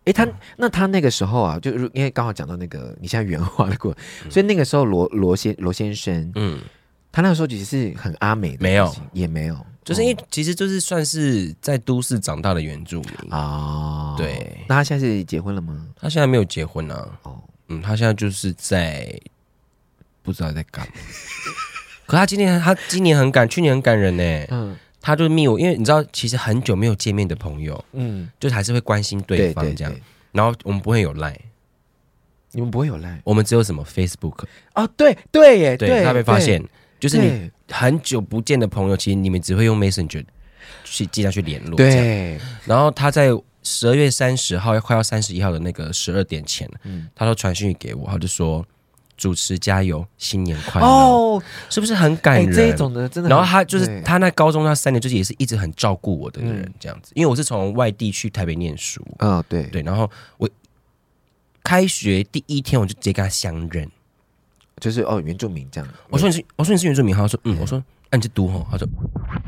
他那个时候啊，就因为刚好讲到那个你现在原话的过，所以那个时候罗先生，他那个时候其实是很阿美的， 没有， 也没有， 就是因为其实就是算是在都市长大的原住民啊。 对， 那他现在是结婚了吗？ 他现在没有结婚啊。他现在就是在不知道在干嘛。可他今年去年很感人呢。他就密我，因为你知道，其实很久没有见面的朋友，就是还是会关心对方这样。然后我们不会有 LINE， 你们不会有 LINE， 我们只有什么 Facebook。 哦，对耶， 对，他被发现，就是你很久不见的朋友，其实你们只会用 Messenger 去尽量去联络。 对。 然后他在12月30号快要31号的那个12点前，他都传讯息给我，他就说。主持加油，新年快乐！哦，是不是很感人？ 这一种的真的。 然后他就是他那高中那3年，就是也是一直很照顾我的人，这样子。因为我是从外地去台北念书，对。然后我开学第1天，我就直接跟他相认， 就是原住民这样。 我说你是原住民，他说我说你是都吼，他说。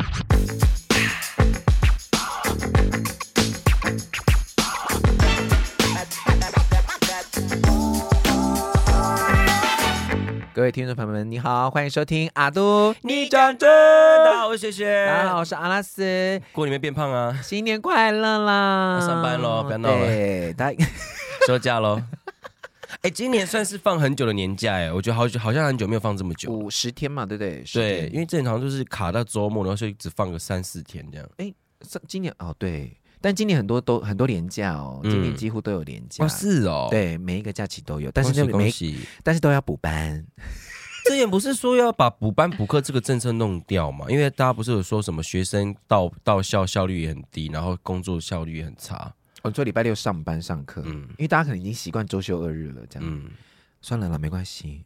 各位听众朋友们，你好，欢迎收听阿都你讲真的好，我是雪雪， 大家好，我是阿拉斯。 过年没变胖啊？ 新年快乐啦！ 要上班咯，不要闹了， 对， 休假咯。今年算是放很久的年假我觉得好像很久没有放这么久 ，50天嘛，对不对？ 对，因为正常就是卡到周末，然后就只放个3-4天这样。 今年对。但今年很多连假哦，今年几乎都有连假。 是哦， 对，每一个假期都有，但是但是都要补班。 之前不是说要把补班补课这个政策弄掉嘛？因为大家不是有说什么学生到校效率也很低，然后工作效率也很差。 做礼拜6上班上课，因为大家可能已经习惯周休2日了，这样。算了啦，没关系。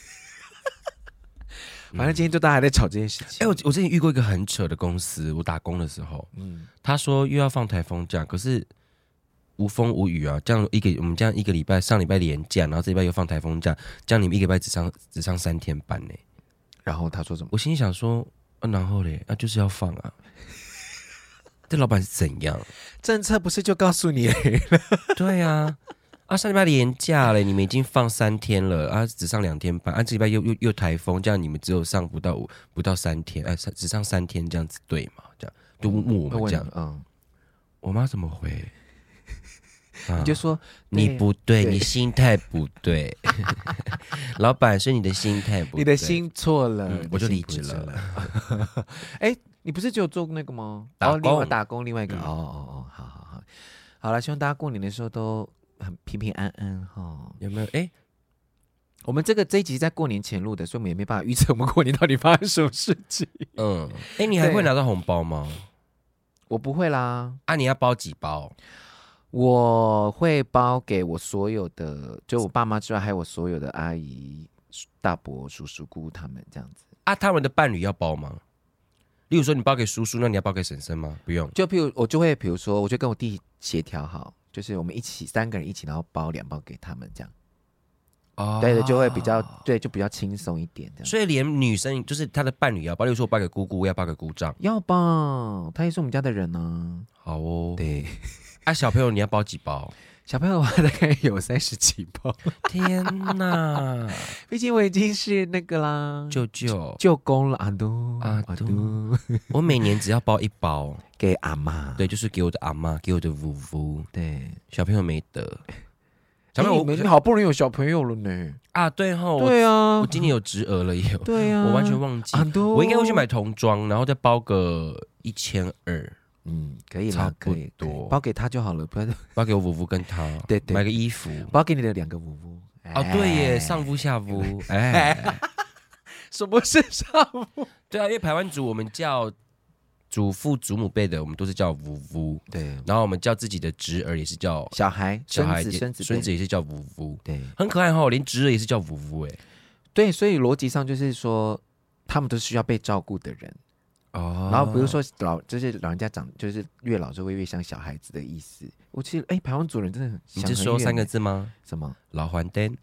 反正今天就大家还在吵这件事情。 我之前遇过一个很扯的公司，我打工的时候，他说又要放台风假，可是无风无雨啊，这样我们这样一个礼拜，上礼拜连假，然后这礼拜又放台风假，这样你们一个礼拜只上3天班呢。 然后他说什么？ 我心里想说，然后嘞，就是要放啊。这老板是怎样？ 政策不是就告诉你了？ 对啊。上礼拜连假了，你们已经放3天了只上2天班这礼拜又台风，这样你们只有上不到3天只上3天，这样子对吗？这样就问我们这样，我妈怎么回？ 你就说你不对，你心态不对，老板是你的心态不对， 你的心错了， 我就离职了。 你不是只有做那个吗？打工，另外一个好了，希望大家过年的时候都很平平安安哈。 有没有？ 我们这一集在过年前录的，所以我们也没办法预测我们过年到底发生什么事情。 你还会拿到红包吗？ 我不会啦。 你要包几包？ 我会包给我所有的，就我爸妈之外，还有我所有的阿姨、大伯、叔叔、姑姑他们这样子。 他们的伴侣要包吗？例如说你包给叔叔，那你要包给婶婶吗？不用。 我就会我就跟我弟协调好，就是我们一起3个人一起，然后包2包给他们这样。对，就会比较就比较轻松一点这样。 所以连女生就是她的伴侣要包，例如说我包给姑姑，要包给姑丈， 要吧？他也是我们家的人呢。 好哦。 对。 小朋友你要包几包？ 小朋友大概有30几包。 天哪！ 毕竟我已经是那个啦，舅公了。阿都， 我每年只要包1包给阿妈。 对，就是给我的阿妈，给我的姑姑。对，小朋友没得。 小朋友，你好不容易有小朋友了呢。 对哈。 对啊， 我今年有侄儿了也有。 对啊， 我完全忘记。我应该会去买童装，然后再包个1200。 可以啦， 差不多， 包给他就好了，不要包给我姑姑跟他，对，买个衣服， 包给你的2个姑姑。 对耶，上夫下夫， 什么是上夫？ 对啊，因为排湾族我们叫祖父祖母辈的，我们都是叫夫夫， 对， 然后我们叫自己的侄儿也是叫小孩，孙子也是叫夫夫， 对， 很可爱连侄儿也是叫夫夫对，所以逻辑上就是说，他们都是需要被照顾的人。然后比如说就是老人家长，就是越老就会越像小孩子的意思。我其实排湾族人真的很， 你是说3个字吗？ 什么？ 老还灯？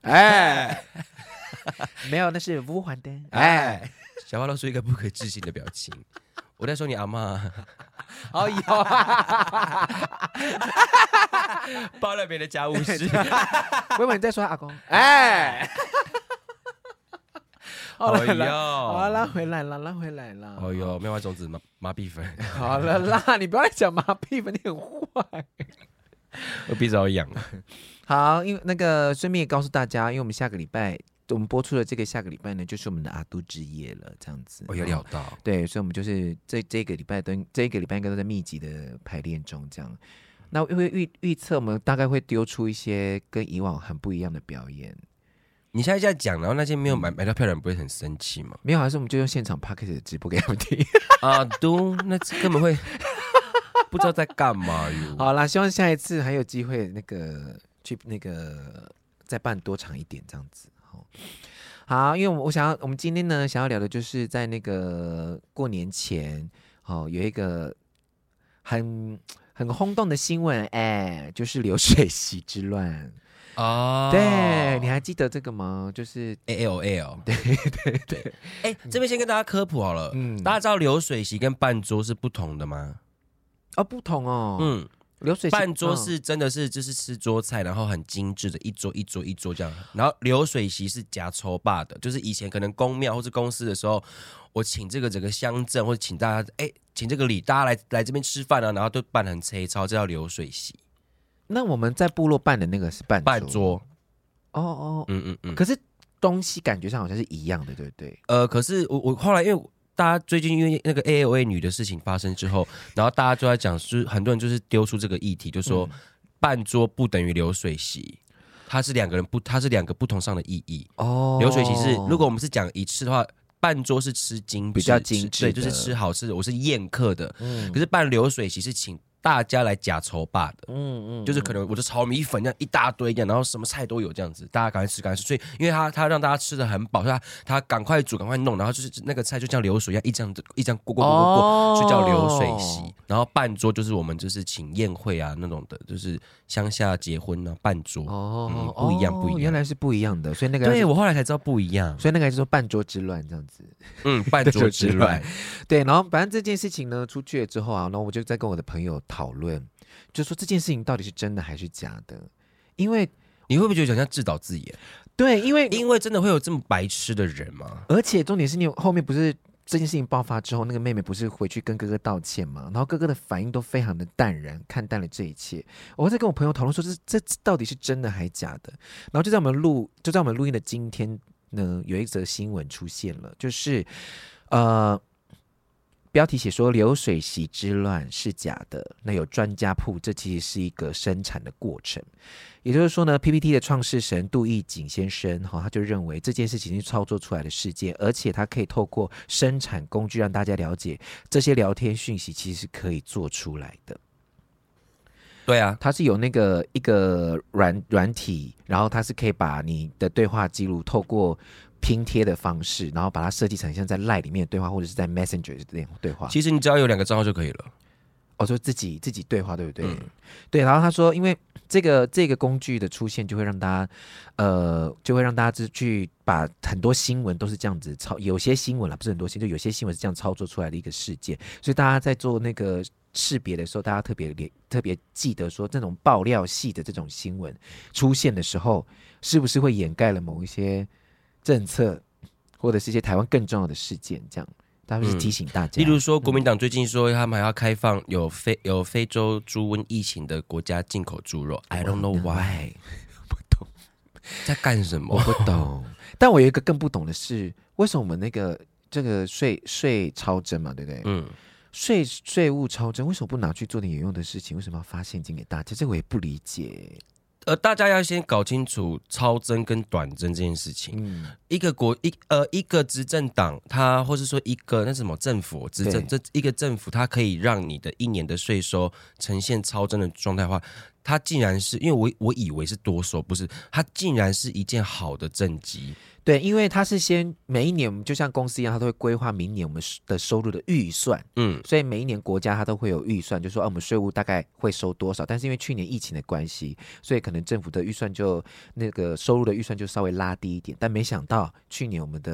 没有，那是乌还灯。 小花露出一个不可置信的表情。我在说你阿嬷。 哦有， 包了别人的家务事。 我以为你在说阿公，哎。好了，好拉回来了，拉回来了。 哦哟，妙蛙种子麻痹粉。 好了啦，你不要再讲麻痹粉，你很坏。 我鼻子好痒。 好，因为那个顺便也告诉大家，因为我们下个礼拜我们播出的这个下个礼拜呢，就是我们的阿都之夜了，这样子。 我有料到。 对，所以我们就是这个礼拜应该都在密集的排练中，这样。那因为预测我们大概会丢出一些跟以往很不一样的表演。 你现在在讲，然后那些没有买到票的人不会很生气吗？ 没有，还是我们就用现场 Podcast 的直播给他们听。 啊，都那根本会不知道在干嘛哟。 好啦，希望下一次还有机会去再办多长一点这样子。好，因为我们今天呢想要聊的就是在那个过年前，有一个很轰动的新闻，就是流水席之乱。哦，对，你还记得这个吗？就是 ALL， 对。 这边先跟大家科普好了，大家知道流水席跟办桌是不同的吗？ 哦，不同哦。流水席办桌是真的是就是吃桌菜，然后很精致的一桌一桌一桌这样，然后流水席是夹筹罢的，就是以前可能公庙或是公司的时候，我请这个整个乡镇或者请大家请这个礼，大家来这边吃饭啊，然后都办得很粗糙，这叫流水席。那我们在部落办的那个是办桌。 哦，可是东西感觉上好像是一样的，对不对？ 可是我后来因为大家最近因为那个 ALA 女的事情发生之后，然后大家就在讲，就是很多人就是丢出这个议题，就说办桌不等于流水席，它是两个不同上的意义。哦，流水席是如果我们是讲以吃的话，办桌是吃精致， 比较精致， 对，就是吃好吃的，我是宴客的。可是办流水席是请大家来夹筹罢的，就是可能我的炒米粉这样一大堆这样，然后什么菜都有这样子，大家赶快吃赶快吃，所以因为他让大家吃的很饱，所以他赶快煮赶快弄，然后就是那个菜就像流水一样一这样过，就叫流水席。然后办桌就是我们就是请宴会啊那种的，就是乡下结婚啊办桌，不一样， 原来是不一样的，所以那个对我后来才知道不一样， 所以那个还是说办桌之乱这样子， 办桌之乱， 对，然后反正这件事情呢出去了之后啊，然后我就在跟我的朋友讨论，就说这件事情到底是真的还是假的？因为你会不会觉得好像自导自演？ 对，因为真的会有这么白痴的人吗？ 而且重点是你后面不是这件事情爆发之后，那个妹妹不是回去跟哥哥道歉吗？然后哥哥的反应都非常的淡然，看淡了这一切。我在跟我朋友讨论说，这到底是真的还是假的？然后就在我们录音的今天呢，有一则新闻出现了，就是标题写说流水席之乱是假的，那有专家铺这其实是一个生产的过程，也就是说呢 PPT 的创始人杜义景先生他就认为这件事情是操作出来的事件，而且他可以透过生产工具让大家了解这些聊天讯息其实是可以做出来的。 对啊， 它是有那个一个软体，然后它是可以把你的对话记录透过拼贴的方式，然后把它设计成像在 LINE 里面的对话，或者是在 Messenger 的对话。 其实你只要有2个账号就可以了。 就自己对话，对不对？对。然后他说，因为这个工具的出现，就会让大家去把很多新闻都是这样子有些新闻啦，不是很多新闻，就有些新闻是这样操作出来的一个事件，所以大家在做那个识别的时候，大家特别记得说，这种爆料系的这种新闻出现的时候，是不是会掩盖了某一些政策，或者是一些台湾更重要的事件？这样，他们是提醒大家。 例如说，国民党最近说他们还要开放有非洲猪瘟疫情的国家进口猪肉。I don't know why， 不懂在干什么， 我不懂。但我有一个更不懂的是，为什么我们这个税超征嘛，对不对？税务超征，为什么不拿去做点有用的事情？为什么要发现金给大家？这个我也不理解。 大家要先搞清楚超征跟短征这件事情。一个执政党，它或是说一个那什么政府执政，这一个政府，它可以让你的1年的税收呈现超征的状态的话，它竟然是因为我以为是多收，不是，它竟然是一件好的政绩。 对，因为它是先每一年，就像公司一样，它都会规划明年我们的收入的预算。所以每一年国家它都会有预算，就说我们税务大概会收多少。但是因为去年疫情的关系，所以可能政府的预算就那个收入的预算就稍微拉低一点。但没想到去年我们的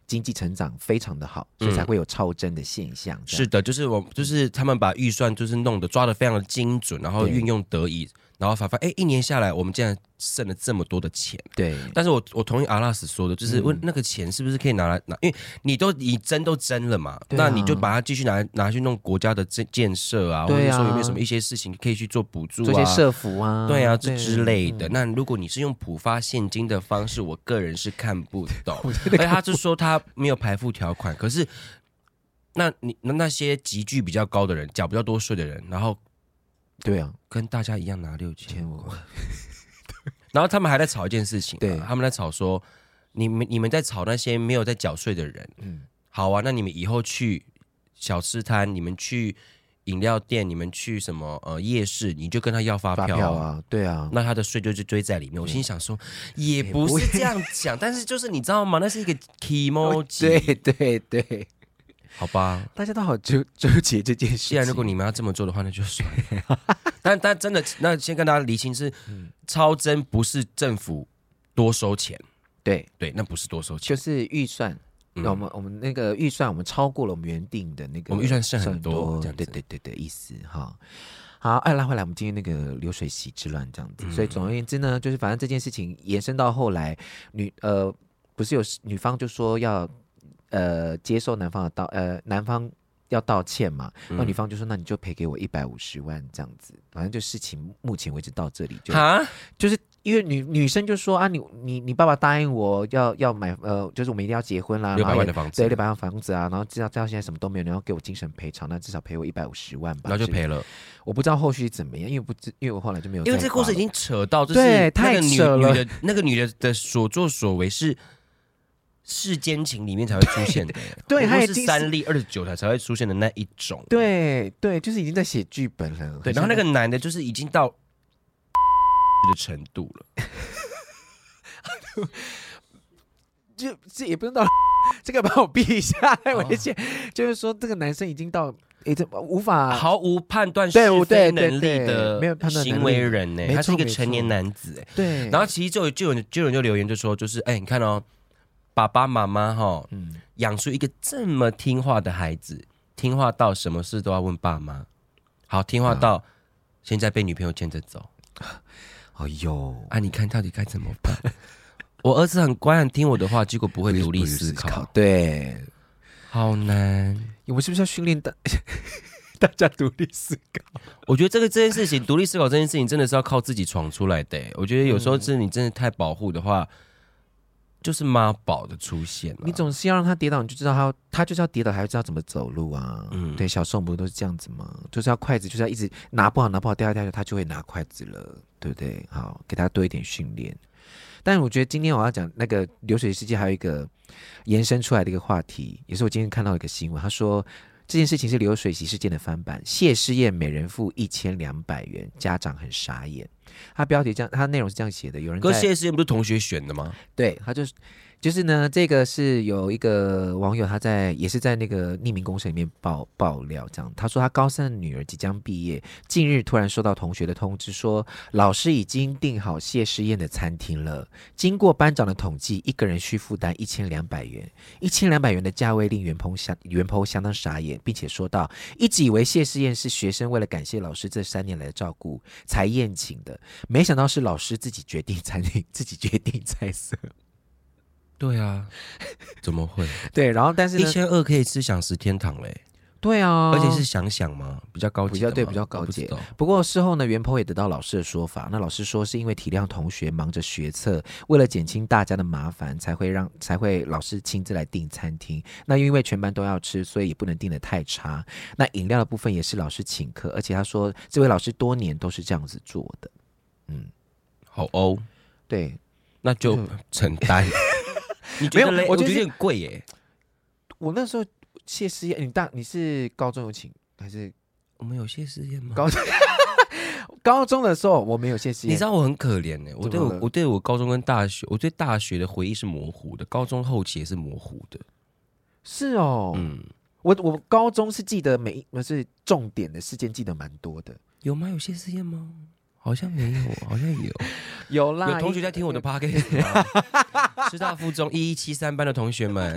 经济成长非常的好，所以才会有超增的现象。 是的，就是他们把预算就是抓得非常的精准，然后运用得宜。然后发现，一年下来，我们竟然剩了这么多的钱。 对， 但是我同意阿拉斯说的，就是问那个钱是不是可以拿，因为你争都争了嘛，那你就把它继续拿去弄国家的建设啊，或者说有没有什么一些事情可以去做补助啊， 做些社福啊， 对啊，这之类的。那如果你是用普发现金的方式，我个人是看不懂。而且他就说他没有排付条款，可是那些集聚比较高的人，缴比较多税的人，然后。 对啊， 跟大家一样拿6500，然后他们还在吵一件事情，他们在吵说你们在吵那些没有在缴税的人，好啊，那你们以后去小吃摊，你们去饮料店，你们去什么夜市，你就跟他要发票啊，对啊， 那他的税就是追在里面。我心想说，也不是这样讲，但是就是你知道吗？那是一个 emoji， 对。 好吧， 大家都好纠结这件事情。 既然如果你们要这么做的话，那就算了。但真的，那先跟大家厘清是，超增不是政府多收钱，对，那不是多收钱， 就是预算。我们那个预算，我们超过了我们原定的那个， 我们预算剩很多，这样子。 对，意思哈。好，拉回来，我们今天那个流水席之乱这样子。所以总而言之呢，就是反正这件事情延伸到后来，不是有女方就说要。接受男方男方要道歉嘛，那女方就说那你就赔给我150万这样子，反正就事情目前为止到这里就是因为女生就说啊你爸爸答应我要买就是我们一定要结婚啦 ，600万的房子， 对，600万房子啊，然后知道现在什么都没有，然后给我精神赔偿，那至少赔我150万吧， 然后就赔了。 我不知道后续怎么样，因为我后来就没有， 因为这故事已经扯到对太扯了， 那个女的所作所为是。世间情里面才会出现的， 对， 它是3例29台才会出现的那一种， 对，就是已经在写剧本了， 对，然后那个男的就是已经到的程度了， 这也不用到这个帮我避一下，太危险，就是说这个男生已经到无法毫无判断是非能力的行为人呢，他是一个成年男子， 对， 然后其实就有人就留言就说，就是你看哦。爸爸妈妈养出一个这么听话的孩子，听话到什么事都要问爸妈，好听话到现在被女朋友牵着走， 哎呦你看到底该怎么办？我儿子很乖，很听我的话，结果不会独立思考， 对， 好难。 我们是不是要训练大家独立思考？ 我觉得这件事情，独立思考这件事情，真的是要靠自己闯出来的。我觉得有时候是你真的太保护的话。就是妈宝的出现你总是要让他跌倒，你就知道他就是要跌倒，还知道怎么走路啊。对，小时候不都是这样子吗？就是要筷子，就是要一直拿不好，掉下去，他就会拿筷子了，对不对？好，给他多一点训练。但是我觉得今天我要讲那个流水世界，还有一个延伸出来的一个话题，也是我今天看到一个新闻，他说这件事情是流水席事件的翻版，谢师宴每人付1200元，家长很傻眼。他标题这样，他内容是这样写的：有人在， 可谢师宴不是同学选的吗？ 对，他就是呢，这个是有一个网友他也是在那个匿名公审里面爆料，这样他说他高3的女儿即将毕业，近日突然收到同学的通知说，老师已经订好谢师宴的餐厅了。经过班长的统计，一个人需负担1200元，1200元的价位令袁鹏相当傻眼，并且说道，一直以为谢师宴是学生为了感谢老师这3年来的照顾才宴请的，没想到是老师自己决定餐厅，自己决定菜色。 对啊，怎么会？ 对，然后但是 1200可以吃享食天堂嘞。 对啊， 而且是想吗？比较高级的吗？ 比较高级。不过事后呢，袁鹏也得到老师的说法，那老师说是因为体谅同学忙着学测，为了减轻大家的麻烦，才会老师亲自来订餐厅。那因为全班都要吃，所以也不能订得太差。那饮料的部分也是老师请客，而且他说这位老师多年都是这样子做的。 好欧， 对， 那就承担。你觉得嘞？我觉得有点贵耶。 我那时候谢师宴，你是高中有请还是？ 我们有谢师宴吗？ 高中的时候我没有谢师宴。 你知道我很可怜呢，我对我高中跟大学，我对大学的回忆是模糊的，高中后期也是模糊的。 是哦，我高中是记得是重点的事件，记得蛮多的。 有吗？有谢师宴吗？好像没有，好像有啦。 有同学在听我的 podcast 吗？师大附中1173班的同学们，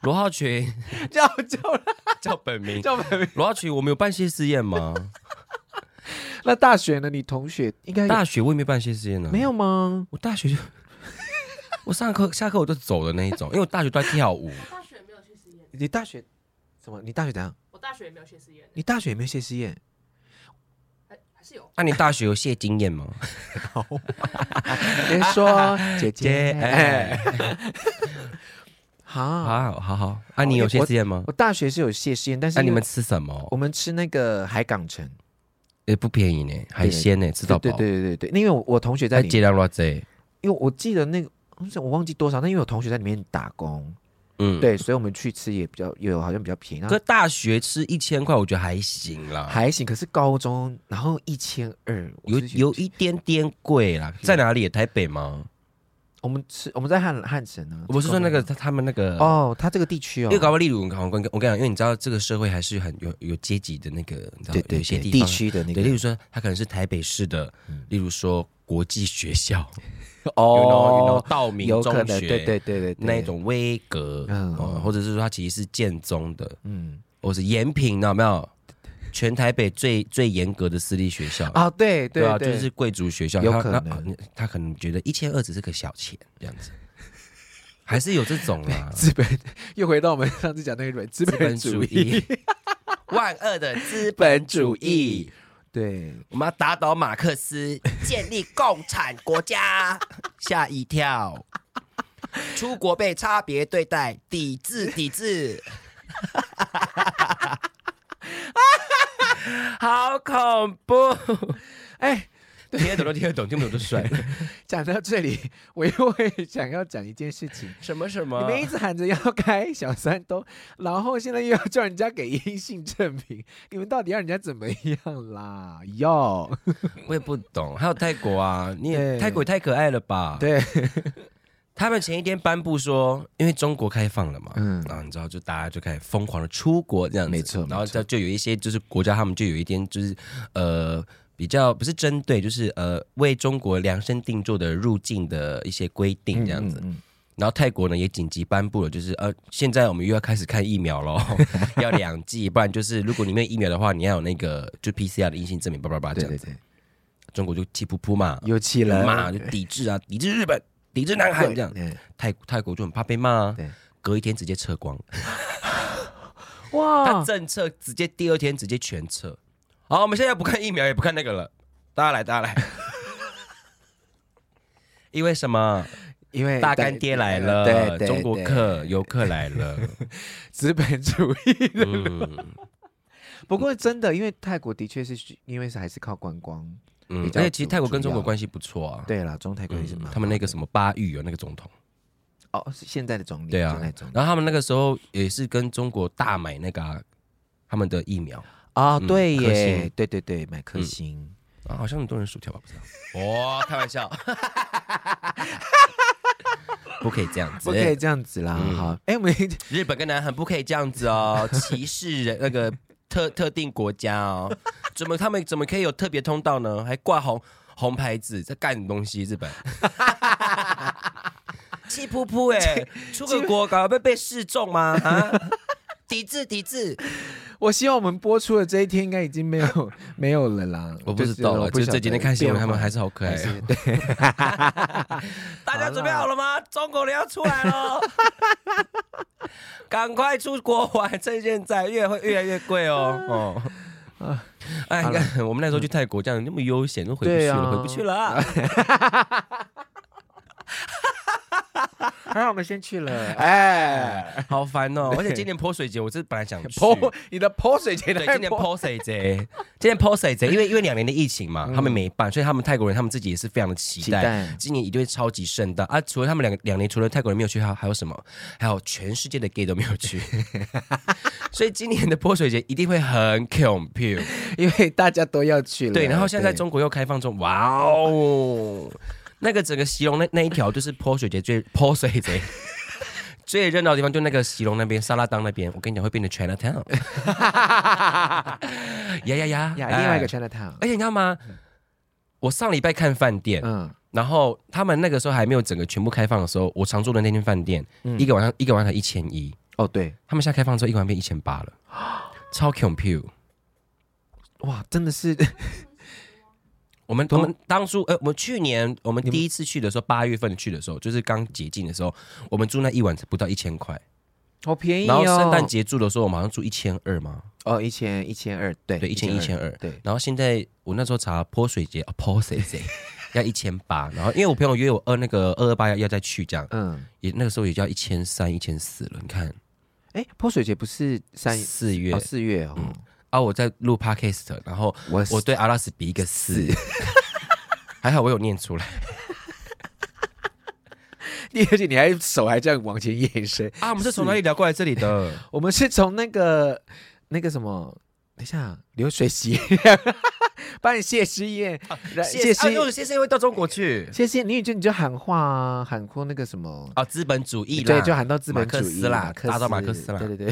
罗浩群叫本名，罗浩群，我们有办谢师宴吗？ 那大学呢？你同学应该大学我也没办谢师宴呢， 没有吗？ 我大学就我上课下课我就走的那一种，因为我大学都在跳舞。 大学没有谢师宴。 你大学什么？你大学怎样？ 我大学也没有谢师宴。 你大学也没有谢师宴？ 还是有。 那你大学有谢经验吗？ 别说姐姐， 好，你有谢师宴吗？ 我大学是有谢师宴，但是你们吃什么？ 我们吃那个海港城， 也不便宜呢，海鲜呢，吃到饱。 对，因为我同学在里面，因为我记得那个我忘记多少，但因为我同学在里面打工。对，所以我们去吃也好像比较便宜。 可大学吃1000块，我觉得还行啦， 还行。可是高中然后1200， 有一点点贵啦。在哪里？台北吗？ 我们在汉城呢。 我是说那个他们那个他这个地区因为搞不好例如我跟你讲，因为你知道这个社会还是很有阶级的那个，你知道有些地区的那个， 例如说他可能是台北市的，例如说国际学校。道明中学， 对， 那一种威格，或者是说它其实是建中的，或是延平，有没有？全台北最严格的私立学校啊，对啊，就是贵族学校， 有可能他可能觉得1200只是个小钱，这样子，还是有这种啊。 资本又回到我们上次讲那个资本主义， 万恶的资本主义。 对， 我们要打倒马克思，建立共产国家。吓一跳，出国被差别对待，抵制。好恐怖！听得懂，听不懂就算了。 讲到这里，我又会想要讲一件事情。 什么？ 你们一直喊着要开小三通，然后现在又要叫人家给阴性证明，你们到底要人家怎么样啦？ 我也不懂。还有泰国啊，泰国也太可爱了吧？ 对。 他们前一天颁布说，因为中国开放了嘛，然后你知道，就大家就开始疯狂的出国这样子， 没错。 然后就有一些就是国家，他们就有一点就是比较不是针对，就是为中国量身定做的入境的一些规定这样子。然后泰国呢也紧急颁布了，就是现在我们又要开始看疫苗咯，要2剂，不然就是如果你没有疫苗的话，你要有那个就 PCR 的阴性证明，叭这样子。对，中国就气噗噗嘛， 有气了骂，就抵制啊，抵制日本。抵制南韩这样，泰国就很怕被骂，隔一天直接撤光。 哇！ 他政策直接第2天直接全撤。好，我们现在不看疫苗，也不看那个了，大家来。因为什么？ 因为大干爹来了，中国游客来了， 资本主义的。不过真的，因为泰国的确是因为还是靠观光。 而且其实泰国跟中国关系不错啊。 对啦，中泰关系是蛮好的。 他们那个什么巴育那个总统， 是现在的总理。 对啊，然后他们那个时候也是跟中国大买那个他们的疫苗啊，对耶，对，买颗星啊，好像很多人薯条吧，不知道。开玩笑，不可以这样子， 不可以这样子啦。好，我们日本跟南韩不可以这样子哦，歧视人那个。特定国家哦，他们怎么可以有特别通道呢？还挂红牌子，在干什么东西？日本气噗噗出个国搞被示众吗？抵制！ 我希望我们播出的这一天应该已经没有了啦。 我不知道了，就是这几天看新闻，他们还是好可爱。对，大家准备好了吗？中国人要出来了。赶快出国玩，趁现在会越来越贵哦。你看我们那时候去泰国，这样那么悠闲，都回不去了。 还好我们先去了， 好烦哦！而且今年泼水节，我本来想去你的泼水节， 对，今年泼水节，因为2年的疫情嘛，他们没办，所以他们泰国人他们自己也是非常的期待，今年一定会超级盛大啊！除了他们两年，除了泰国人没有去，还有什么？还有全世界的 gay 都没有去，所以今年的泼水节一定会很恐怖， 因为大家都要去了。 对，然后现在中国又开放中，哇哦！那个整个席隆那一条就是泼水节最热闹的地方，就那个席隆那边、沙拉当那边，我跟你讲会变成 Chinatown。呀， 另外一个 Chinatown。 而且你知道吗？我上礼拜看饭店，然后他们那个时候还没有整个全部开放的时候，我常住的那间饭店，一个晚上才1100， 哦，对， 他们现在开放之后，一碗变1800了，超 compute。 哇，真的是。 我们当初我们去年我们第一次去的时候，8月份去的时候，就是刚解禁的时候，我们住那一晚不到1000块， 好便宜哦。 然后圣诞节住的时候，我们好像住1200吗？ 哦，1200，对对，1200， 对。 然后现在我那时候查泼水节泼水节要1800，然后因为我朋友约我那个228要再去这样，也那个时候也就要1300、1400了，你看， 泼水节不是 4月 4月哦。 我在录 podcast， 然后我对阿拉斯比一个4，还好我有念出来。 而且你还手还这样往前延伸啊！我们是从哪里聊过来这里的？ 我们是从那个什么，等一下流水席，帮你谢师宴， 谢师宴会到中国去。 谢师宴，你就喊话啊，喊过那个什么资本主义啦， 对，就喊到资本主义啦，达到马克思啦， 对。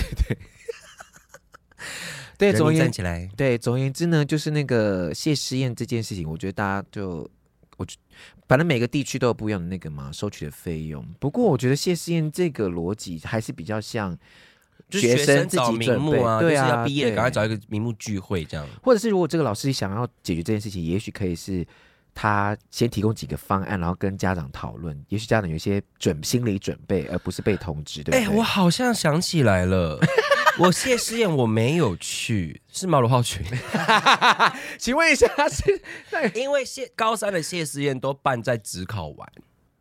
对，总而言起来， 对，总而言之呢，就是那个谢师宴这件事情，我觉得大家反正每个地区都有不一样的那个嘛，收取的费用。不过我觉得谢师宴这个逻辑还是比较像学生自己名目啊， 对啊， 就是要毕业赶快找一个名目聚会这样。 或者是如果这个老师想要解决这件事情，也许可以是他先提供几个方案，然后跟家长讨论，也许家长有一些心理准备，而不是被通知，对不对？ 我好像想起来了。我谢师宴我没有去，是毛罗浩群。 请问一下，是因为高三的谢师宴都办在指考完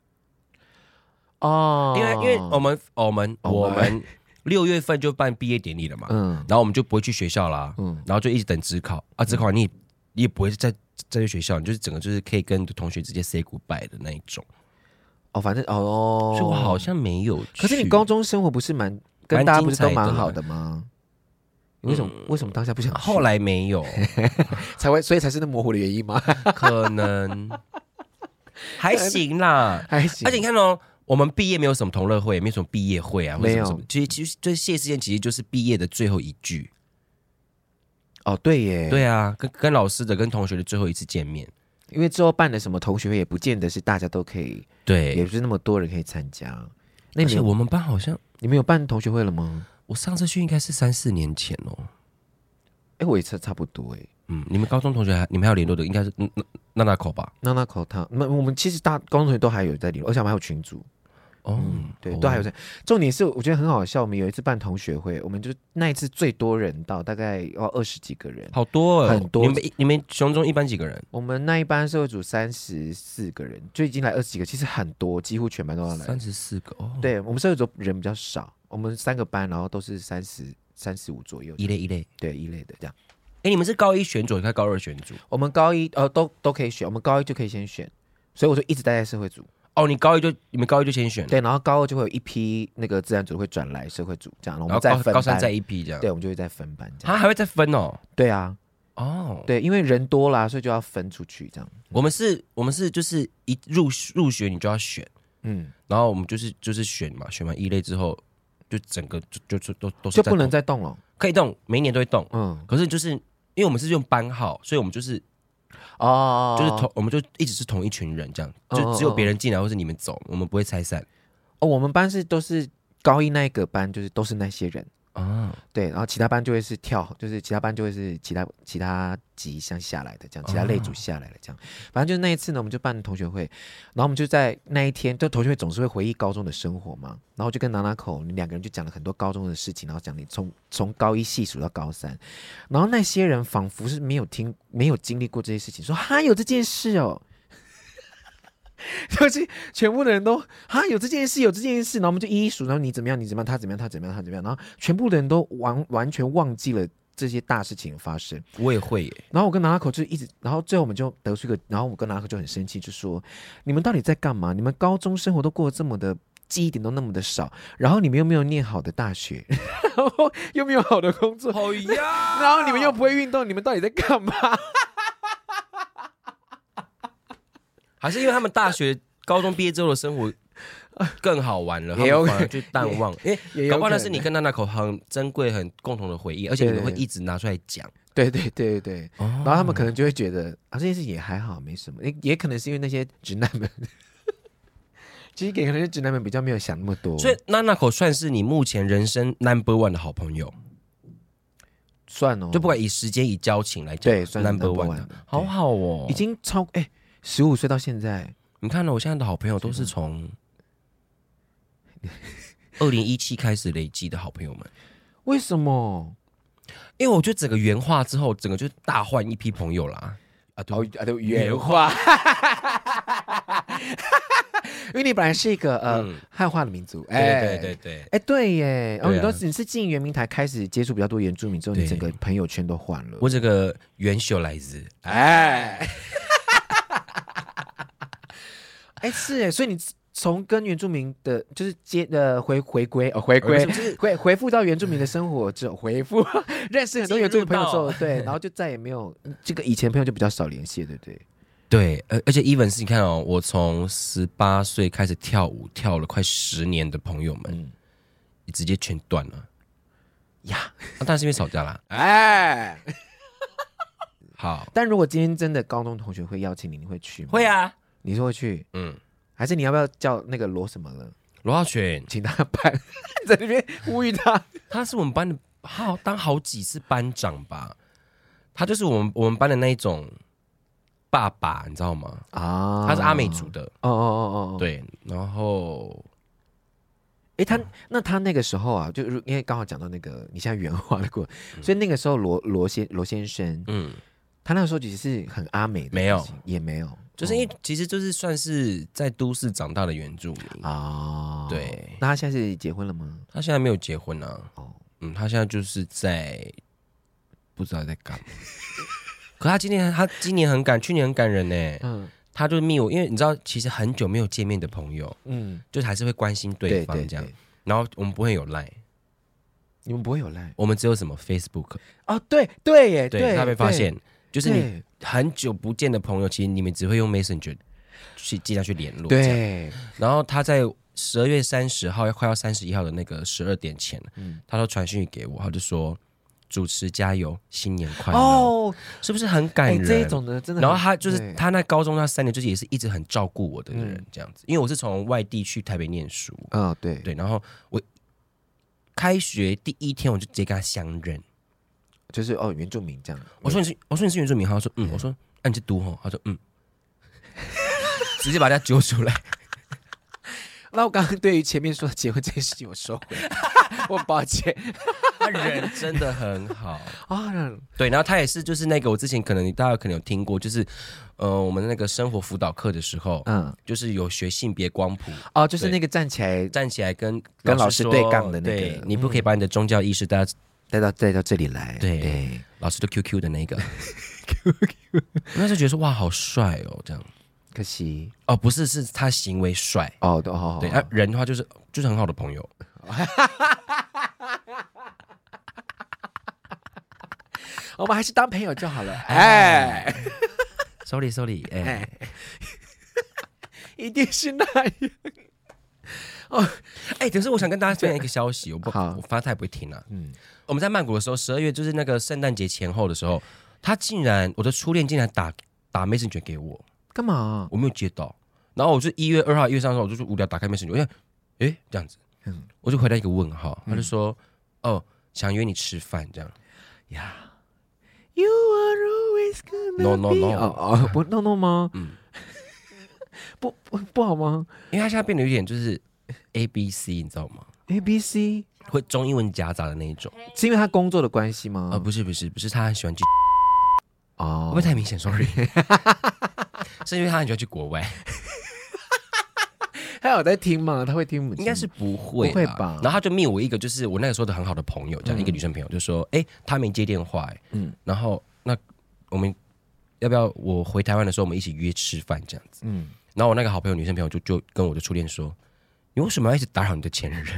哦， 因为我们6月份就办毕业典礼了嘛，然后我们就不会去学校啦，然后就一直等指考啊，指考完你也不会在学校，你就是整个就是可以跟同学直接 say goodbye 的那一种。 反正所以我好像没有去。 可是你高中生活不是跟大家不是都蛮好的吗？为什么当下不想去？ 后来没有， 所以才是那模糊的原因吗？ 可能还行啦， 还行。 而且你看哦，我们毕业没有什么同乐会，没有什么毕业会啊， 没有什么。其实就是谢师宴，其实就是毕业的最后一句。 哦，对耶， 对啊，跟老师的、跟同学的最后一次见面。 因为之后办的什么同学会，也不见得是大家都可以， 对， 也不是那么多人可以参加。 而且我们班好像你们有办同学会了吗？ 我上次去应该是3、4年前哦。 我也差不多你们高中同学你们还有联络的，应该是那口吧？ 那口我们其实高中同学都还有在联络，而且我们还有群组。对，都还有在。重点是我觉得很好笑，我们有一次办同学会，我们就那一次最多人到，大概要20几个人， 好多很多。 你们雄中一班几个人？ 我们那一班社会组34个人，就已经来20几个，其实很多，几乎全班都要来。 34个哦。 对，我们社会组人比较少，我们3个班，然后都是35左右， 一类， 对，一类的这样。 你们是高1选组还是高2选组？ 我们高1都可以选，我们高1就可以先选，所以我就一直待在社会组。 你们高一就先选了， 对，然后高2就会有一批那个自然组会转来社会组，这样，然后我们再分班， 高3再一批这样， 对，我们就会再分班这样。 还会再分哦？ 对啊，对，因为人多啦，所以就要分出去这样。 我们是就是一入学你就要选，然后我们就是选嘛，选完一类之后，就整个都是就不能再动了， 可以动，每一年都会动，可是就是因为我们是用班号，所以我们就是我们就一直是同一群人这样，就只有别人进来或是你们走，我们不会拆散。 我们班都是高1那一个班，就是都是那些人对，然后其他班就会是就是其他班就会是其他级像下来的这样，其他类组下来的这样。反正就是那一次呢，我们就办同学会，然后我们就在那一天，就同学会总是会回忆高中的生活嘛，然后就跟娜口你2个人就讲了很多高中的事情，然后讲你从高1细数到高3，然后那些人仿佛是没有经历过这些事情，说有这件事哦。就是全部的人都有这件事，然后我们就一一数，然后你怎么样，他怎么样，然后全部的人都完全忘记了这些大事情发生。 我也会耶。 然后我跟娜口就一直，然后最后我们就得出一个，然后我跟娜口就很生气，就说你们到底在干嘛？你们高中生活都过得这么的记忆点都那么的少，然后你们又没有念好的大学，然后又没有好的工作， 好呀， 然后你们又不会运动，你们到底在干嘛？ 还是因为他们大学、高中毕业之后的生活更好玩了， 也有反而去淡忘，因为搞不好那是你跟娜口很珍贵、很共同的回忆，而且你们会一直拿出来讲。 对，然后他们可能就会觉得这件事也还好，没什么，也可能是因为那些直男们其实给可能是直男们比较没有想那么多， 所以那口算是你目前人生 No.1 的好朋友， 算哦， 就不管以时间以交情来讲， 对，算 No.1 的，好好哦， 已经超15岁到现在， 你看了我现在的好朋友都是从2017开始累积的好朋友们， 为什么？ 因为我觉得整个原化之后，整个就大换一批朋友啦。 对，原化，因为你本来是一个汉化的民族， 对， 对耶，你是进圆明台开始接触比较多原住民之后，你整个朋友圈都换了。 我这个元秀来自， 是所以你从跟原住民的，就是回复到原住民的生活之后，认识很多原住民朋友之后，对，然后就再也没有这个以前朋友就比较少联系，对不对？ 对，而且 even 是你看哦，我从18岁开始跳舞，跳了快10年的朋友们，直接全断了呀！当然是因为吵架啦，好， 但如果今天真的高中同学会邀请你，你会去吗？ 会啊， 你说会去？还是你要不要叫那个罗什么了？ 罗浩全， 请他办，在那边呼吁他。 他是我们班的，他当好几次班长吧。他就是我们班的那一种爸爸，你知道吗？啊，他是阿美族的。哦，对，然后， 他那个时候啊，就因为刚好讲到那个你现在原话的过，所以那个时候罗先生，他那个时候其实是很阿美的， 没有， 也没有。 就是因为其实就是算是在都市长大的原住民啊，对。 那他现在是结婚了吗？ 他现在没有结婚啊。他现在就是在不知道在干嘛。可他今年很去年很感人呢。他就密我，因为你知道，其实很久没有见面的朋友，就还是会关心对方这样。然后我们不会有 LINE， 你们不会有 LINE， 我们只有什么 Facebook。 对耶， 对，他被发现。就是你很久不见的朋友，其实你们只会用 Messenger 去尽量去联络。对。然后他在12月30号快要31号的那个12点前，他都传讯息给我，他就说主持加油，新年快乐。哦，是不是很感人？ 这一种的真的。 然后他就是他那高中那3年，就是也是一直很照顾我的人，这样子。因为我是从外地去台北念书。对。然后我开学第1天，我就直接跟他相认。 就是原住民这样。 我说你是原住民，他说我说你是读他说直接把他揪出来。 那我刚刚对于前面说的结婚这件事情，我收回，我抱歉。 他人真的很好对，然后他也是就是那个我之前大家可能有听过，就是我们那个生活辅导课的时候，就是有学性别光谱就是那个站起来跟老师对杠的那个， 你不可以把你的宗教意识带到这里来， 对，老师的 QQ 的那个，QQ， 我那时候觉得说哇好帅哦，这样， 可惜不是，是他行为帅对，人的话就是很好的朋友， 我们还是当朋友就好了 ，sorry， 一定是那样。 可是我想跟大家分享一个消息，我发现他也不会听啊。我们在曼谷的时候，12月就是那个圣诞节前后的时候，我的初恋竟然打 Messenger 给我， 干嘛？ 我没有接到，然后我就1月2号、1月3号的时候，我就无聊打开 Messenger， 我想，这样子，我就回答一个问号，他就说，想约你吃饭这样。 呀 ，You are always gonna No， 不 No 吗？不好吗？ 因为他现在变得有点就是。ABC 你知道吗 ？ABC 会中英文夹杂的那一种， 是因为他工作的关系吗？ 不是，他很喜欢去会不会太明显 ？Sorry， 是因为他很喜欢去国外。 他有在听吗？他会听吗？ 应该是不会吧。 然后他就密我一个，就是我那个时候的很好的朋友，这样一个女生朋友，就说：“他没接电话。”然后那我们要不要我回台湾的时候，我们一起约吃饭这样子？然后我那个好朋友女生朋友就跟我的初恋说。你为什么要一直打扰你的前任？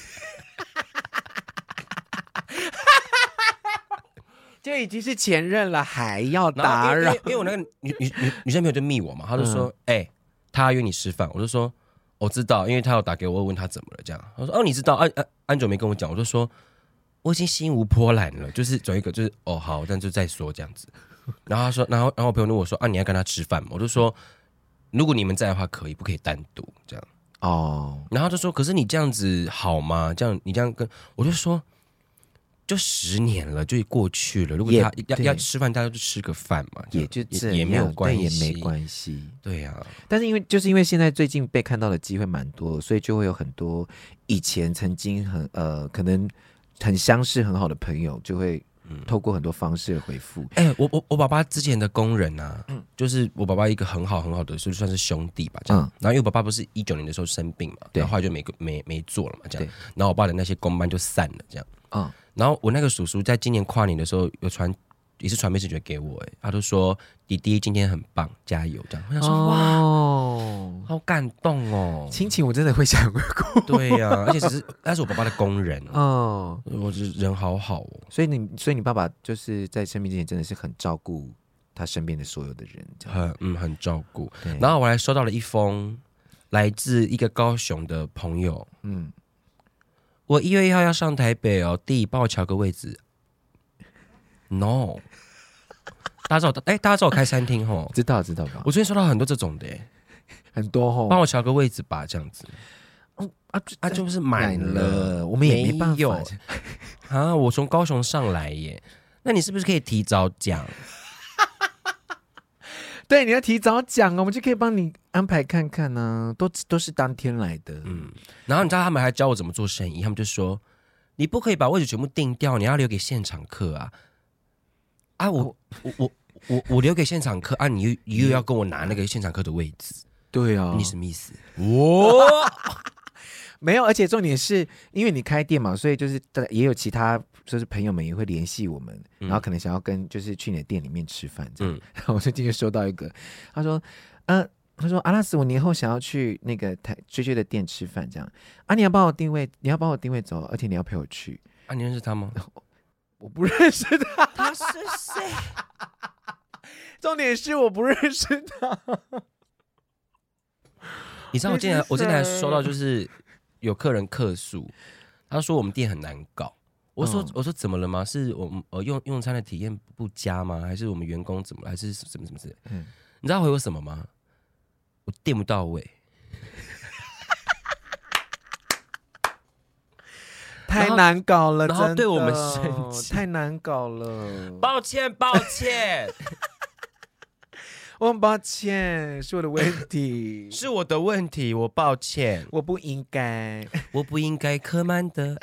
就已经是前任了，还要打扰？ 因为我那个女生朋友就密我嘛，她就说：“他约你吃饭。”我就说：“我知道，因为他有打给我，问他怎么了。”这样，我说：“你知道？安久没跟我讲。”我就说：“我已经心无波澜了，就是转一个，就是好，但就再说这样子。”然后他说，然后我朋友问我说：“你要跟他吃饭吗？”我就说：“如果你们在的话，可以，不可以单独这样？” 哦，然后就说，可是你这样子好吗？你这样跟我就说。就10年了，就过去了。如果他要吃饭，大家就吃个饭嘛，也没有关系， 也没关系。 对呀、啊， 但是因为现在最近被看到的机会蛮多，所以就会有很多以前曾经可能很相识很好的朋友，就会透过很多方式回复。 我爸爸之前的工人啊，就是我爸爸一个很好的，就算是兄弟吧，这样。然后因为我爸爸不是19年的时候生病嘛，然后后来就没做了嘛，这样。然后我爸的那些工班就散了，这样。然后我那个叔叔在今年跨年的时候也是传message给我，他都说弟弟今天很棒，加油这样。我想说哇，好感动哦， 亲情我真的会想哭。 对呀、啊，而且他是我爸爸的工人哦，我觉得人好好哦。 所以你爸爸就是在生病之前真的是很照顾他身边的所有的人， 很照顾。然后我还收到了一封来自一个高雄的朋友，我1月1号要上台北哦，弟帮我瞧个位置。No， 大家知道我开餐厅吼， 知道吧？ 我最近收到很多这种的， 很多吼， 帮我瞧个位置吧，这样子。就是满了， 我们也没办法啊！我从高雄上来耶，那你是不是可以提早讲？ 对，你要提早讲，我们就可以帮你安排看看呢、都是当天来的。 然后你知道他们还教我怎么做生意，他们就说你不可以把位置全部定掉，你要留给现场客啊！我留给现场客啊，你又要跟我拿那个现场客的位置， 对啊， 你什么意思？ 没有，而且重点是因为你开店嘛，所以就是也有其他就是朋友们也会联系我们，然后可能想要就是去你的店里面吃饭这样。然后我最近就收到一个，他说阿拉斯，我年后想要去那个追的店吃饭这样啊，你要帮我定位走，而且你要陪我去啊，你认识他吗？ 我不认识他， 他是谁？ 重点是我不认识他。 你知道我今天还收到就是有客人客诉，他说我们店很难搞。我说怎么了吗？是我们用餐的体验不佳吗？还是我们员工怎么了？还是什么之类的？你知道回我什么吗？我店不到位。 太难搞了， 然后对我们生气， 太难搞了。 抱歉， 我很抱歉，是我的问题， 是我的问题，我抱歉， 我不应该柯曼的，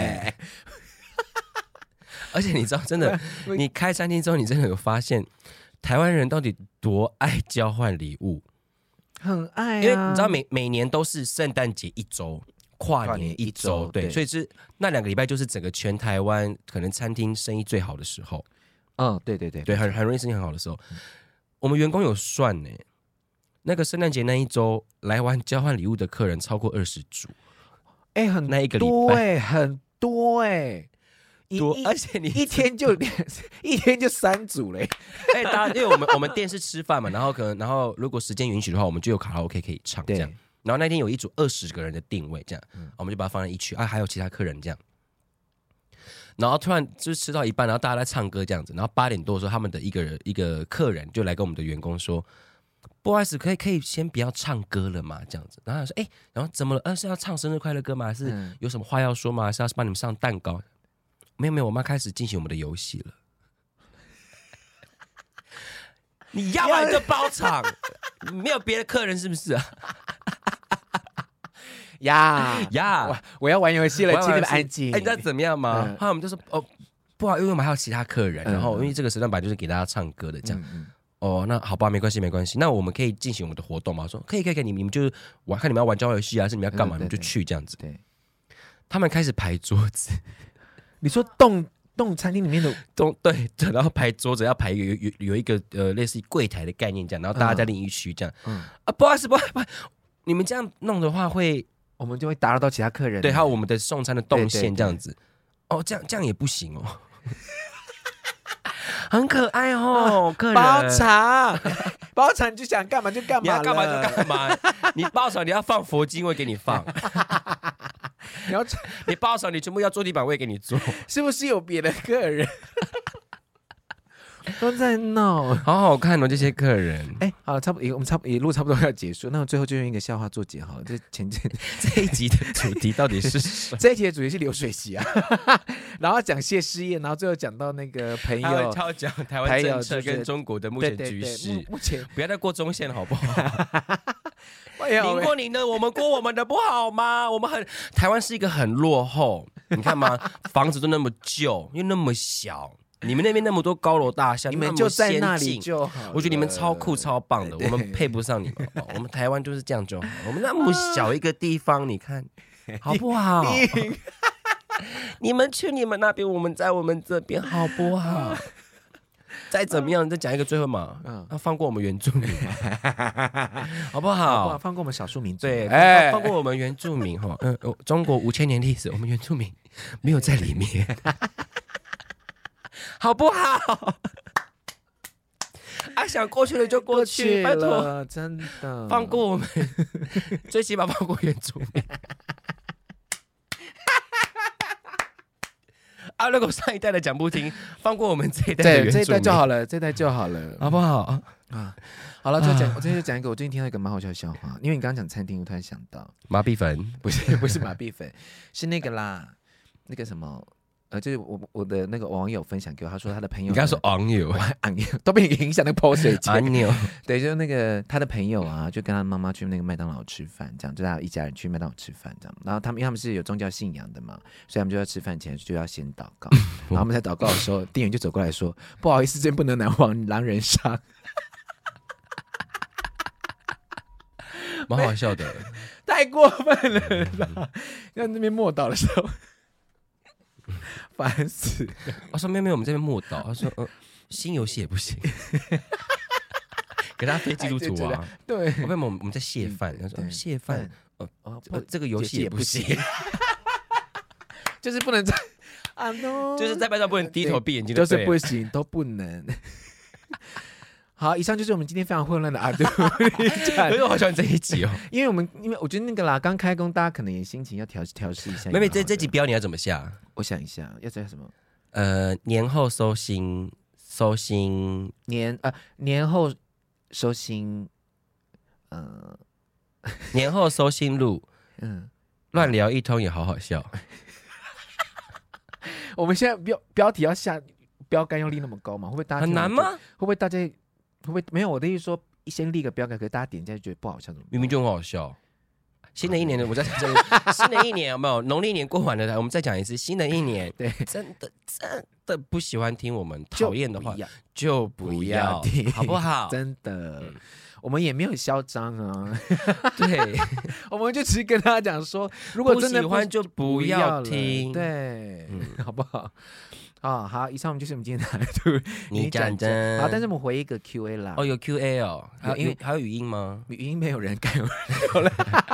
而且你知道，真的，你开餐厅之后，你真的有发现台湾人到底多爱交换礼物， 很爱、啊， 因为你知道每年都是圣诞节1周。跨年1周，对，所以是那2个礼拜就是整个全台湾可能餐厅生意最好的时候。 对， 很容易生意很好的时候。我们员工有算呢，那个圣诞节那1周来玩交换礼物的客人超过20组， 很那1个礼拜很多而且你一天就3组嘞。 因为我们店是吃饭嘛，然后如果时间允许的话，我们就有卡拉 OK 可以唱这样。然后那天有一组20个人的定位，这样，我们就把它放在一区还有其他客人这样。然后突然就是吃到一半，然后大家在唱歌这样子，然后8点多的时候，他们的一个客人就来跟我们的员工说：“不好意思，可以先不要唱歌了嘛？”这样子，然后他说：“然后怎么了？是要唱生日快乐歌吗？还是有什么话要说吗？还是要帮你们上蛋糕？”没有，我们要开始进行我们的游戏了。你要不然就包场，没有别的客人是不是啊？ 我要玩游戏了，请你们安静。 你知道怎么样吗？后来我们就说不好，因为我们还有其他客人，然后因为这个时段本来就是给大家唱歌的，这样。那好吧，没关系。那我们可以进行我们的活动吗？说可以，你们就是玩，看你们要玩交友游戏啊，是你们要干嘛，你们就去这样子。对，他们开始排桌子。 你说动餐厅里面的对，然后排桌子要排有一个类似于柜台的概念这样，然后大家在另一区这样。不好意思，你们这样弄的话我们就会打扰到其他客人。 对，还有我们的送餐的动线这样子。这样也不行哦。很可爱哦，客人包场你就想干嘛就干嘛， 你要干嘛就干嘛。你包场你要放佛经，我也给你放。你包场你全部要坐地板，我也给你坐。 是不是有别的客人？ 都在闹， 好好看哦，这些客人。 好，差不多，我们也录差不多要结束，那我最后就用一个笑话做结好了。 这一集的主题到底是什么？ 这一集的主题是流水席啊，然后讲谢师宴，然后最后讲到那个朋友， 他要讲台湾政策跟中国的目前局势， 目前不要再过中线了，好不好？ 您过您的，我们过我们的，不好吗？台湾是一个很落后，你看嘛，房子都那么旧，又那么小。你们那边那么多高楼大厦， 你们就在那里就好。 我觉得你们超酷超棒的，我们配不上你们。我们台湾就是这样就好。我们那么小一个地方，你看好不好？你们去你们那边，我们在我们这边，好不好？再怎么样，再讲一个最后嘛，要放过我们原住民，好不好？ 放过我们少数民族， 对，放过我们原住民哈。中国5000年历史，我们原住民没有在里面，好不好？想过去了就过去，拜托， 真的放过我们，最起码放过原住民。如果上一代的讲不听，放过我们这一代的原住民， 这一代就好了，这一代就好了， 好不好？ 好了，我最近就讲一个，我最近听到一个蛮好笑的笑话，因为你刚刚讲餐厅，我突然想到麻痹粉， 不是麻痹粉，是那个啦，那个什么。就是我的那个网友分享给我，他说他的朋友， 你刚说网友都被你影响那个 post 水网友， 对，就是那个他的朋友啊，就跟他妈妈去那个麦当劳吃饭，这样，就他一家人去麦当劳吃饭这样。然后因为他们是有宗教信仰的嘛，所以他们就在吃饭前就要先祷告。然后他们在祷告的时候，店员就走过来说：“不好意思，这边不能拿狼人杀。” 蛮好笑的， 太过分了啦！在那边默祷的时候。烦死！ 我说妹妹，我们这边默祷。他说新游戏也不行，给他非基督徒啊。 对， 我们在谢饭。他说谢饭，这个游戏也不行， 就是不能在就是在班上不能低头闭眼睛， 就是不行，都不能。好，以上就是我们今天非常混乱的阿杜。 可是我好喜欢这一集哦， 因为我觉得那个啦，刚开工，大家可能也心情要调试一下。 妹妹，这集标你要怎么下？ 我想一下，要叫什么？ 年后收心年后收心， 年后收心路，乱聊一通也好好笑。 我们现在标题要下标杆要立那么高吗？会不会大家很难吗？ 会不会大家会不会没有？我的意思说，先立个标杆，可是大家点进去觉得不好笑，怎么办？ 明明就很好笑。新的一年的，我在这里。新的一年有没有？农历年过完了，我们再讲一次。新的一年，对，真的不喜欢听我们讨厌的话，就不要听，好不好？ 真的，我们也没有嚣张啊。 对， 我们就只是跟大家讲说，如果真的不喜欢就不要听， 对，好不好？好，以上我们就是我们今天的图， 你讲真好，但是我们回一个 Q&A 啦。 有 Q&A 哦，还有语音吗？ 语音没有人改了。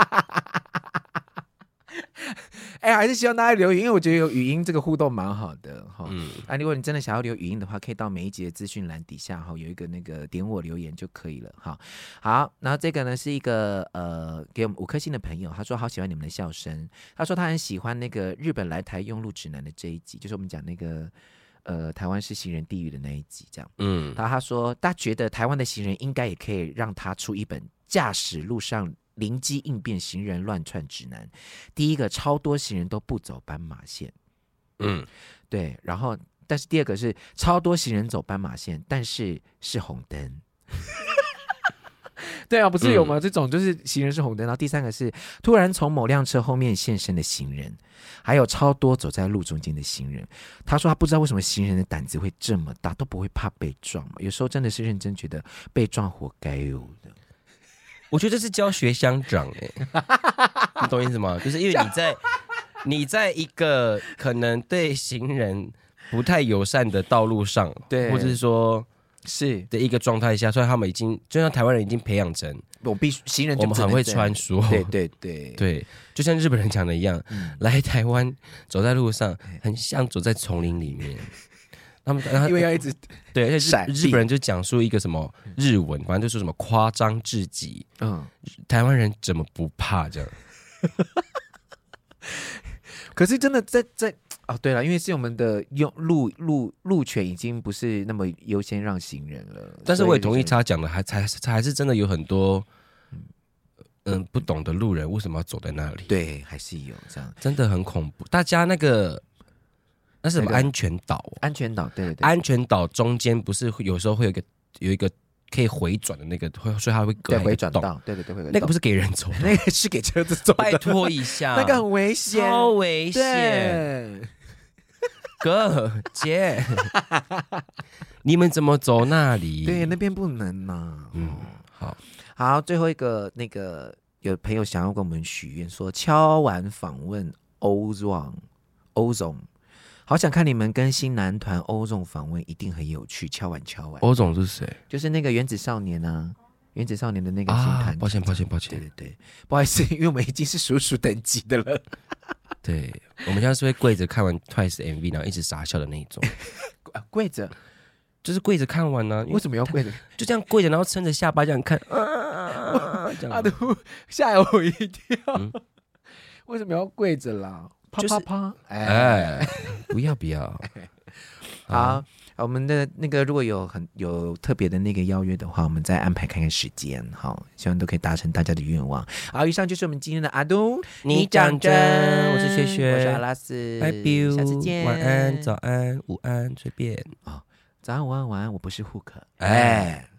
还是希望大家留言，因为我觉得有语音这个互动蛮好的哈。如果你真的想要留语音的话，可以到每一集的资讯栏底下有一个那个点我留言就可以了哈。好，然后这个呢是一个给我们5颗星的朋友，他说好喜欢你们的笑声，他说他很喜欢那个日本来台用路指南的这一集，就是我们讲那个台湾是行人地狱的那一集这样。然后他说他觉得台湾的行人应该也可以让他出一本驾驶路上灵机应变行人乱窜指南。第一个，超多行人都不走斑马线，对，然后但是第二个是超多行人走斑马线，但是是红灯。对啊，不是有吗？这种就是行人是红灯。然后第三个是突然从某辆车后面现身的行人，还有超多走在路中间的行人。他说他不知道为什么行人的胆子会这么大，都不会怕被撞嘛。有时候真的是认真觉得被撞活该有的。 我觉得这是教学乡长你懂意思吗？就是因为你在一个可能对行人不太友善的道路上，对，或者是说是的一个状态下，所以他们已经就像台湾人已经培养成， 行人我们很会穿梭，对，就像日本人讲的一样，来台湾走在路上，很像走在丛林里面。他们因为要一直对，而且日本人就讲述一个什么日文，反正就说什么夸张至极。台湾人怎么不怕这样？ 可是真的在哦，对了，因为是我们的路权已经不是那么优先让行人了。 但是我也同意他讲的，还是真的有很多不懂的路人为什么要走在那里？ 对，还是有这样， 真的很恐怖。大家那是什么安全岛？ 安全岛，对， 安全岛中间不是有时候会有一个可以回转的那个，所以它会隔回转道，对， 那个不是给人走的， 那个是给车子走的。 拜托一下， 那个很危险， 超危险。哥姐，你们怎么走那里？ 对，那边不能呐。好，最后一个那个有朋友想要跟我们许愿说，敲完访问欧总。好想看你们跟新男团欧总访问，一定很有趣。敲完。 欧总是谁？ 就是那个原子少年啊，原子少年的那个新团。 抱歉。 对，不好意思，因为我们已经是属等级的了。 对，我们现在是会跪着看完 Twice MV， 然后一直傻笑的那一种。 跪着， 就是跪着看完呢。 为什么要跪着？ 就这样跪着，然后撑着下巴这样看。 阿都吓我一跳。为什么要跪着啦？啪！ 不要。 好，我们的那个如果有特别的那个邀约的话，我们再安排看看时间。好，希望都可以达成大家的愿望。好，以上就是我们今天的阿东， 你讲真，我是雪雪， 我是阿拉斯， 拜拜， 下次见， 晚安、早安、午安，随便。 早安、午安、晚安，我不是 Hook。